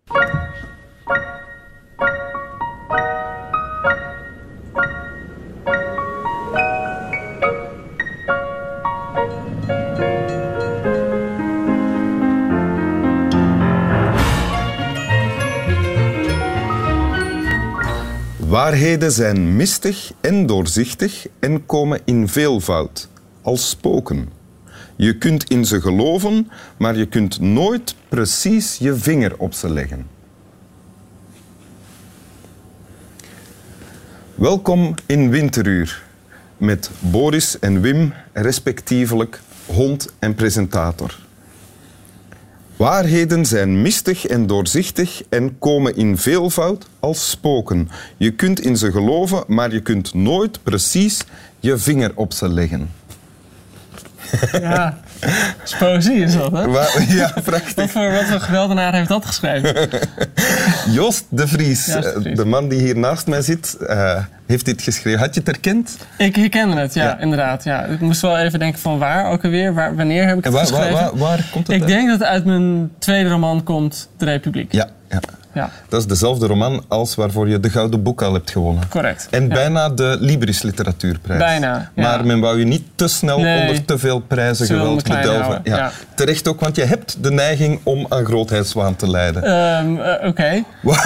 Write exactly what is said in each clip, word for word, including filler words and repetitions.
Waarheden zijn mistig en doorzichtig en komen in veelvoud, als spoken. Je kunt in ze geloven, maar je kunt nooit precies je vinger op ze leggen. Welkom in Winteruur, met Boris en Wim, respectievelijk hond en presentator. Waarheden zijn mistig en doorzichtig en komen in veelvoud als spoken. Je kunt in ze geloven, maar je kunt nooit precies je vinger op ze leggen. Ja, poëzie is dat, hè? Wa- ja, prachtig. Wat voor, wat voor geweldenaar heeft dat geschreven? Joost de Vries, Joost de Vries. de man die hier naast mij zit, uh, heeft dit geschreven. Had je het herkend? Ik herkende het, ja, Ja. inderdaad. Ja. Ik moest wel even denken van waar ook alweer, waar, wanneer heb ik het En waar, geschreven? waar, waar, waar komt het ik uit? denk dat het uit mijn tweede roman komt, De Republiek. Ja, ja. Ja, Dat is dezelfde roman als waarvoor je de Gouden Boek al hebt gewonnen. correct. En Ja. bijna de Libris Literatuurprijs. Bijna, ja. Maar men wou je niet te snel Nee. onder te veel prijzen Ze wilden geweld me klein bedelven. houden, Ja. ja. Terecht ook, want je hebt de neiging om aan grootheidswaan te lijden. Um, uh, Oké. Okay.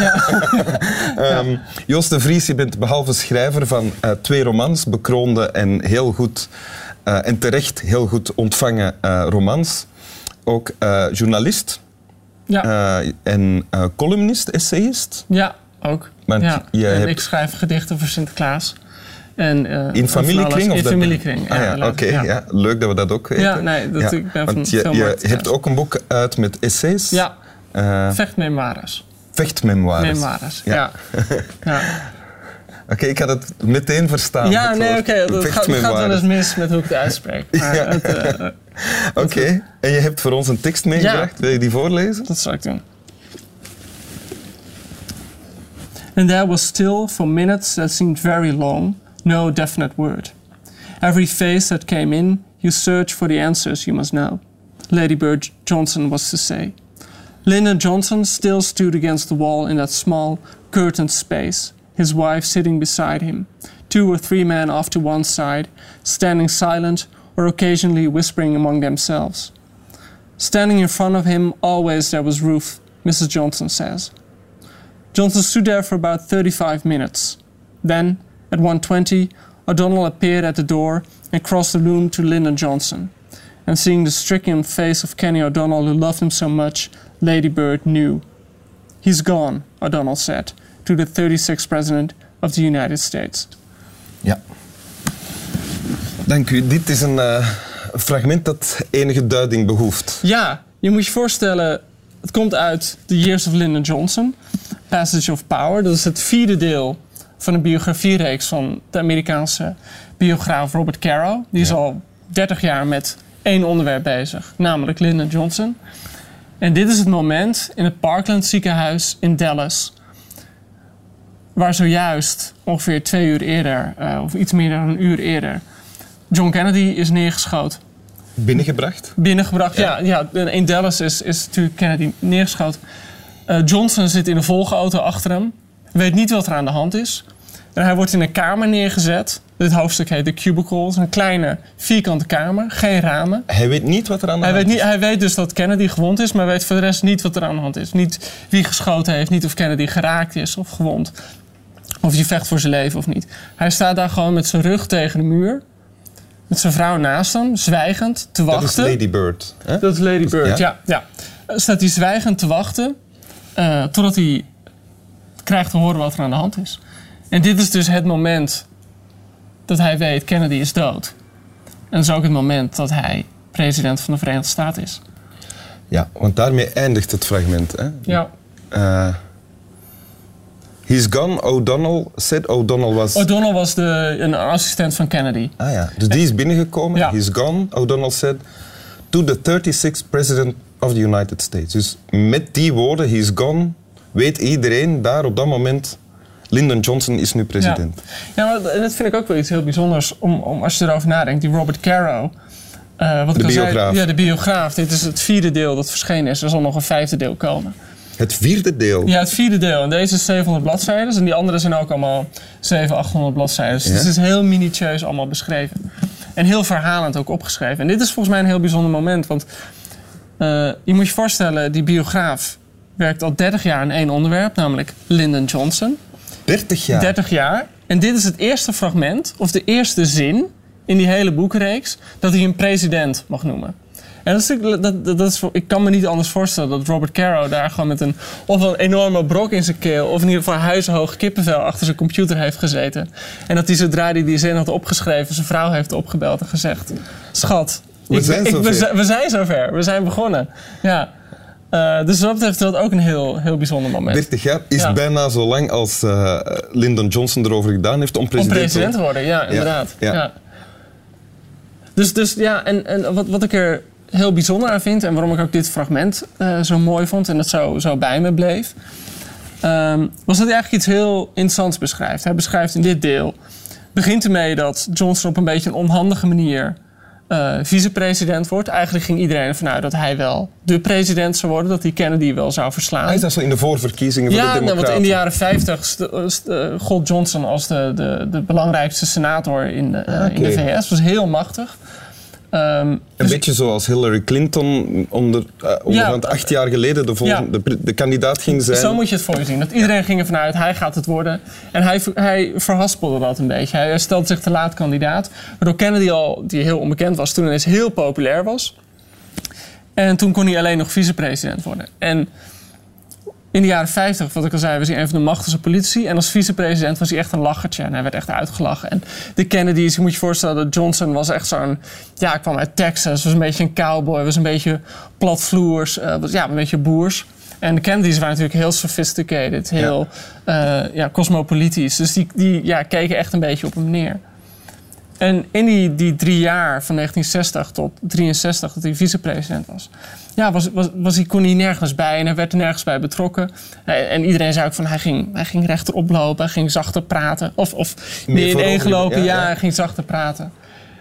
um, Joost de Vries, je bent behalve schrijver van uh, twee romans, bekroonde en heel goed uh, en terecht heel goed ontvangen uh, romans, ook uh, journalist Ja. uh, en uh, columnist, essayist. Ja, ook. Want ja. je en hebt- ik schrijf gedichten voor Sinterklaas. En, uh, In familiekring? In of dat- familiekring, Ah, ja, ja. Oké, later, ja. ja. Leuk dat we dat ook weten. Ja, nee, dat- ik ben van Want je, veel je markten, hebt ja. ook een boek uit met essays. Ja, Uh, vechtmemoires. vechtmemoires. Memoires, Ja. ja. ja. Oké, ik had het meteen verstaan. Ja, het nee, woord. oké. Okay, dat gaat, het gaat wel eens Vechtmemoires. mis met hoe ik het uitspreek. Maar Ja. het, uh, Oké, en je hebt voor ons een tekst meegebracht. Ja. Wil je die voorlezen? dat zal ik doen. And there was still, for minutes that seemed very long, no definite word. Every face that came in, you search for the answers you must know. Lady Bird Johnson was to say. Lyndon Johnson still stood against the wall in that small, curtained space, his wife sitting beside him, two or three men off to one side, standing silent or occasionally whispering among themselves. Standing in front of him, always there was Ruth, Missus Johnson says. Johnson stood there for about thirty-five minutes. Then, at one twenty, O'Donnell appeared at the door and crossed the room to Lyndon Johnson. And seeing the stricken face of Kenny O'Donnell, who loved him so much, Lady Bird knew. He's gone, O'Donnell said, to the thirty-sixth President of the United States. Ja. Dank u. Dit is een uh, fragment dat enige duiding behoeft. Ja, je moet je voorstellen, het komt uit The Years of Lyndon Johnson, Passage of Power. Dat is het vierde deel van een biografiereeks van de Amerikaanse biograaf Robert Caro. Die is Ja. al dertig jaar met één onderwerp bezig, namelijk Lyndon Johnson. En dit is het moment in het Parkland ziekenhuis in Dallas, waar zojuist ongeveer twee uur eerder, uh, of iets meer dan een uur eerder, John Kennedy is neergeschoten. Binnengebracht. Binnengebracht, ja. ja, ja in Dallas is, is natuurlijk Kennedy neergeschoten. Uh, Johnson zit in de volgauto achter hem. Weet niet wat er aan de hand is. En hij wordt in een kamer neergezet. Dit hoofdstuk heet de cubicle. Het is een kleine vierkante kamer, geen ramen. Hij weet niet wat er aan de Hij hand weet, is. niet, hij weet dus dat Kennedy gewond is, maar weet voor de rest niet wat er aan de hand is. Niet wie geschoten heeft, niet of Kennedy geraakt is of gewond. Of hij vecht voor zijn leven of niet. Hij staat daar gewoon met zijn rug tegen de muur. Met zijn vrouw naast hem, zwijgend, te wachten. Dat is Lady Bird. Hè? Dat is Lady Bird, Ja? ja. ja. Staat hij zwijgend te wachten uh, totdat hij krijgt te horen wat er aan de hand is. En dit is dus het moment dat hij weet Kennedy is dood. En dat is ook het moment dat hij president van de Verenigde Staten is. Ja, want daarmee eindigt het fragment. Hè? Ja. Uh, he's gone, O'Donnell said. O'Donnell was... O'Donnell was de, een assistent van Kennedy. Ah ja, dus die is binnengekomen. Ja. He's gone, O'Donnell said, to the thirty-sixth President of the United States. Dus met die woorden, he's gone, weet iedereen daar op dat moment, Lyndon Johnson is nu president. Ja, ja maar dat vind ik ook wel iets heel bijzonders om, om als je erover nadenkt. Die Robert Caro, uh, wat ik De al biograaf. zei, ja, de biograaf. Dit is het vierde deel dat verschenen is. Er zal nog een vijfde deel komen. Het vierde deel? Ja, het vierde deel. En deze is zevenhonderd bladzijden. En die andere zijn ook allemaal zevenhonderd, achthonderd bladzijden. Dus ja? Het is heel minutieus allemaal beschreven. En heel verhalend ook opgeschreven. En dit is volgens mij een heel bijzonder moment. Want uh, je moet je voorstellen, die biograaf werkt al dertig jaar aan één onderwerp. Namelijk Lyndon Johnson. dertig jaar? dertig jaar. En dit is het eerste fragment, of de eerste zin in die hele boekenreeks, dat hij een president mag noemen. En dat is, dat, dat is, ik kan me niet anders voorstellen dat Robert Caro daar gewoon met een, of een enorme brok in zijn keel, of in ieder geval huizenhoog kippenvel achter zijn computer heeft gezeten. En dat hij zodra hij die zin had opgeschreven, zijn vrouw heeft opgebeld en gezegd: schat, we, ik, zijn, ik, zover. We, we zijn zover, we zijn begonnen. Ja. Uh, dus wat betreft dat ook een heel, heel bijzonder moment. dertig jaar is ja. bijna zo lang als uh, Lyndon Johnson erover gedaan heeft om president, om president te worden. Ja, inderdaad. Ja. Ja. Dus, dus ja, en, en wat, wat ik er heel bijzonder aan vind en waarom ik ook dit fragment uh, zo mooi vond en dat zo, zo bij me bleef, um, was dat hij eigenlijk iets heel interessants beschrijft. Hij beschrijft in dit deel, begint ermee dat Johnson op een beetje een onhandige manier Uh, vicepresident wordt. Eigenlijk ging iedereen ervan uit dat hij wel de president zou worden. Dat hij Kennedy wel zou verslaan. Hij is dat zo in de voorverkiezingen voor ja, de Democraten. Ja, want in de jaren vijftig st- st- uh, gold Johnson als de, de, de belangrijkste senator in de, uh, okay. in de V S. Was heel machtig. Um, een dus beetje zoals Hillary Clinton onder, uh, onderhand ja, acht jaar geleden de, volgende, ja, de, de kandidaat ging zijn. Zo moet je het voor je zien. Dat iedereen ja. ging ervan uit, hij gaat het worden. En hij, hij verhaspelde dat een beetje. Hij stelde zich te laat kandidaat. Waardoor Kennedy al, die heel onbekend was, toen ineens heel populair was. En toen kon hij alleen nog vicepresident worden. En in de jaren vijftig, wat ik al zei, was hij een van de machtigste politici. En als vicepresident was hij echt een lachertje. En hij werd echt uitgelachen. En de Kennedys, je moet je voorstellen dat Johnson was echt zo'n... Ja, kwam uit Texas, was een beetje een cowboy, was een beetje platvloers, uh, was ja, een beetje boers. En de Kennedys waren natuurlijk heel sophisticated, heel ja. Uh, ja, cosmopolitisch. Dus die, die ja, keken echt een beetje op hem neer. En in die, die drie jaar van negentien zestig tot drieënzestig dat hij vicepresident was, ja, was, was, was hij, kon hij nergens bij en hij werd er nergens bij betrokken. En iedereen zei ook van hij ging, hij ging rechterop lopen, hij ging zachter praten. Of, of meer ineengelopen, ja, ja, ja, hij ging zachter praten.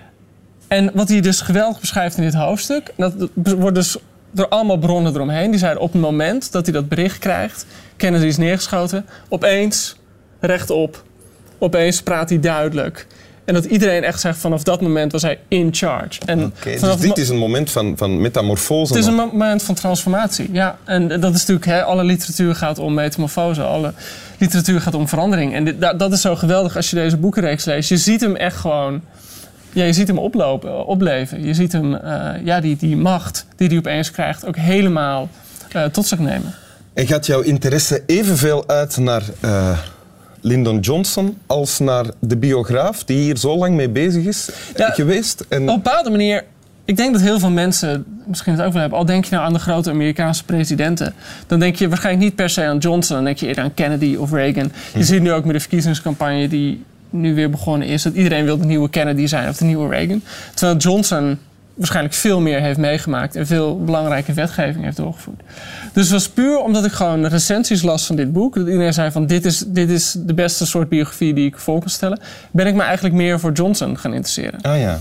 En wat hij dus geweldig beschrijft in dit hoofdstuk, dat wordt dus door allemaal bronnen eromheen. Die zeiden op het moment dat hij dat bericht krijgt, Kennedy is neergeschoten, opeens rechtop, opeens praat hij duidelijk. En dat iedereen echt zegt, vanaf dat moment was hij in charge. Oké, okay, dus dit is een moment van, van metamorfose? Het is een moment van transformatie, ja. En dat is natuurlijk, hè, alle literatuur gaat om metamorfose. Alle literatuur gaat om verandering. En dit, dat is zo geweldig als je deze boekenreeks leest. Je ziet hem echt gewoon... Ja, je ziet hem oplopen, opleven. Je ziet hem, uh, ja, die, die macht die hij opeens krijgt, ook helemaal uh, tot zich nemen. En gaat jouw interesse evenveel uit naar... Uh... Lyndon Johnson als naar de biograaf die hier zo lang mee bezig is ja, geweest? En... Op een bepaalde manier, ik denk dat heel veel mensen misschien het ook wel hebben, al denk je nou aan de grote Amerikaanse presidenten, dan denk je waarschijnlijk niet per se aan Johnson, dan denk je eerder aan Kennedy of Reagan. Je hm. ziet nu ook met de verkiezingscampagne die nu weer begonnen is, dat iedereen wil de nieuwe Kennedy zijn of de nieuwe Reagan. Terwijl Johnson waarschijnlijk veel meer heeft meegemaakt en veel belangrijke wetgeving heeft doorgevoerd. Dus het was puur omdat ik gewoon recensies las van dit boek, dat iedereen zei van dit is, dit is de beste soort biografie die ik voor kan stellen, ben ik me eigenlijk meer voor Johnson gaan interesseren. Ah ja.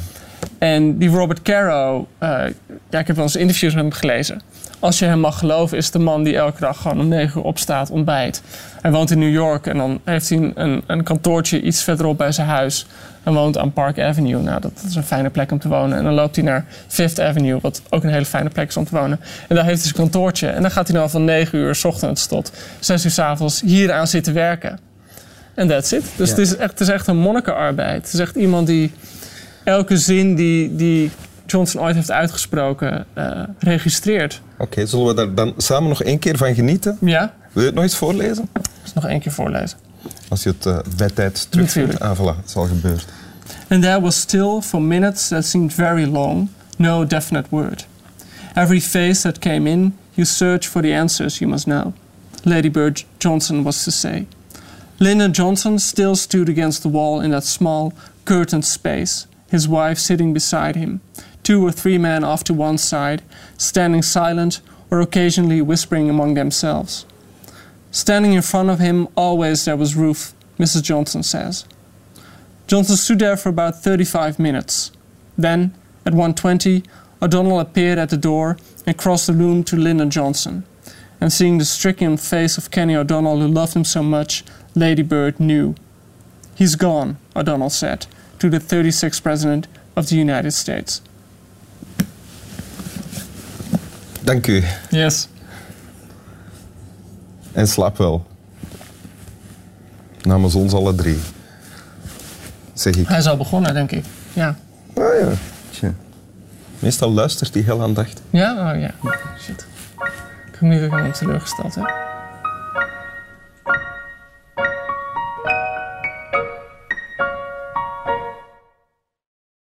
En die Robert Caro, uh, ja, ik heb wel eens interviews met hem gelezen. Als je hem mag geloven, is de man die elke dag gewoon om negen uur opstaat, ontbijt. Hij woont in New York en dan heeft hij een, een kantoortje iets verderop bij zijn huis. Hij woont aan Park Avenue. Nou, dat is een fijne plek om te wonen. En dan loopt hij naar Fifth Avenue, wat ook een hele fijne plek is om te wonen. En daar heeft hij zijn kantoortje. En dan gaat hij dan van negen uur 's ochtends tot zes uur 's avonds hier aan zitten werken. En that's it. Dus ja. het, is echt, het is echt een monnikenarbeid. Het is echt iemand die elke zin die, die Johnson ooit heeft uitgesproken uh, registreert. Oké, okay, zullen we daar dan samen nog één keer van genieten? Ja. Wil je het nog eens voorlezen? Dus nog één keer voorlezen. Als je het uh, bij tijd terugvindt. Ah, voilà, het is al gebeurd. And there was still, for minutes that seemed very long, no definite word. Every face that came in, you search for the answers you must know. Lady Bird Johnson was to say. Lyndon Johnson still stood against the wall in that small, curtained space, his wife sitting beside him, two or three men off to one side, standing silent or occasionally whispering among themselves. Standing in front of him, always there was Ruth, Missus Johnson says. Johnson stood there for about thirty-five minutes. Then, at one twenty, O'Donnell appeared at the door and crossed the room to Lyndon Johnson. And seeing the stricken face of Kenny O'Donnell, who loved him so much, Lady Bird knew. He's gone, O'Donnell said, to the thirty-sixth President of the United States. Dank u. Yes. En slaap wel. Namens ons alle drie. Zeg ik. Hij is al begonnen, denk ik. Ja. Ah ja. Tja. Meestal luistert hij heel aandachtig. Ja? Oh ja. Shit. Ik heb niet dat ik hem teleurgesteld heb.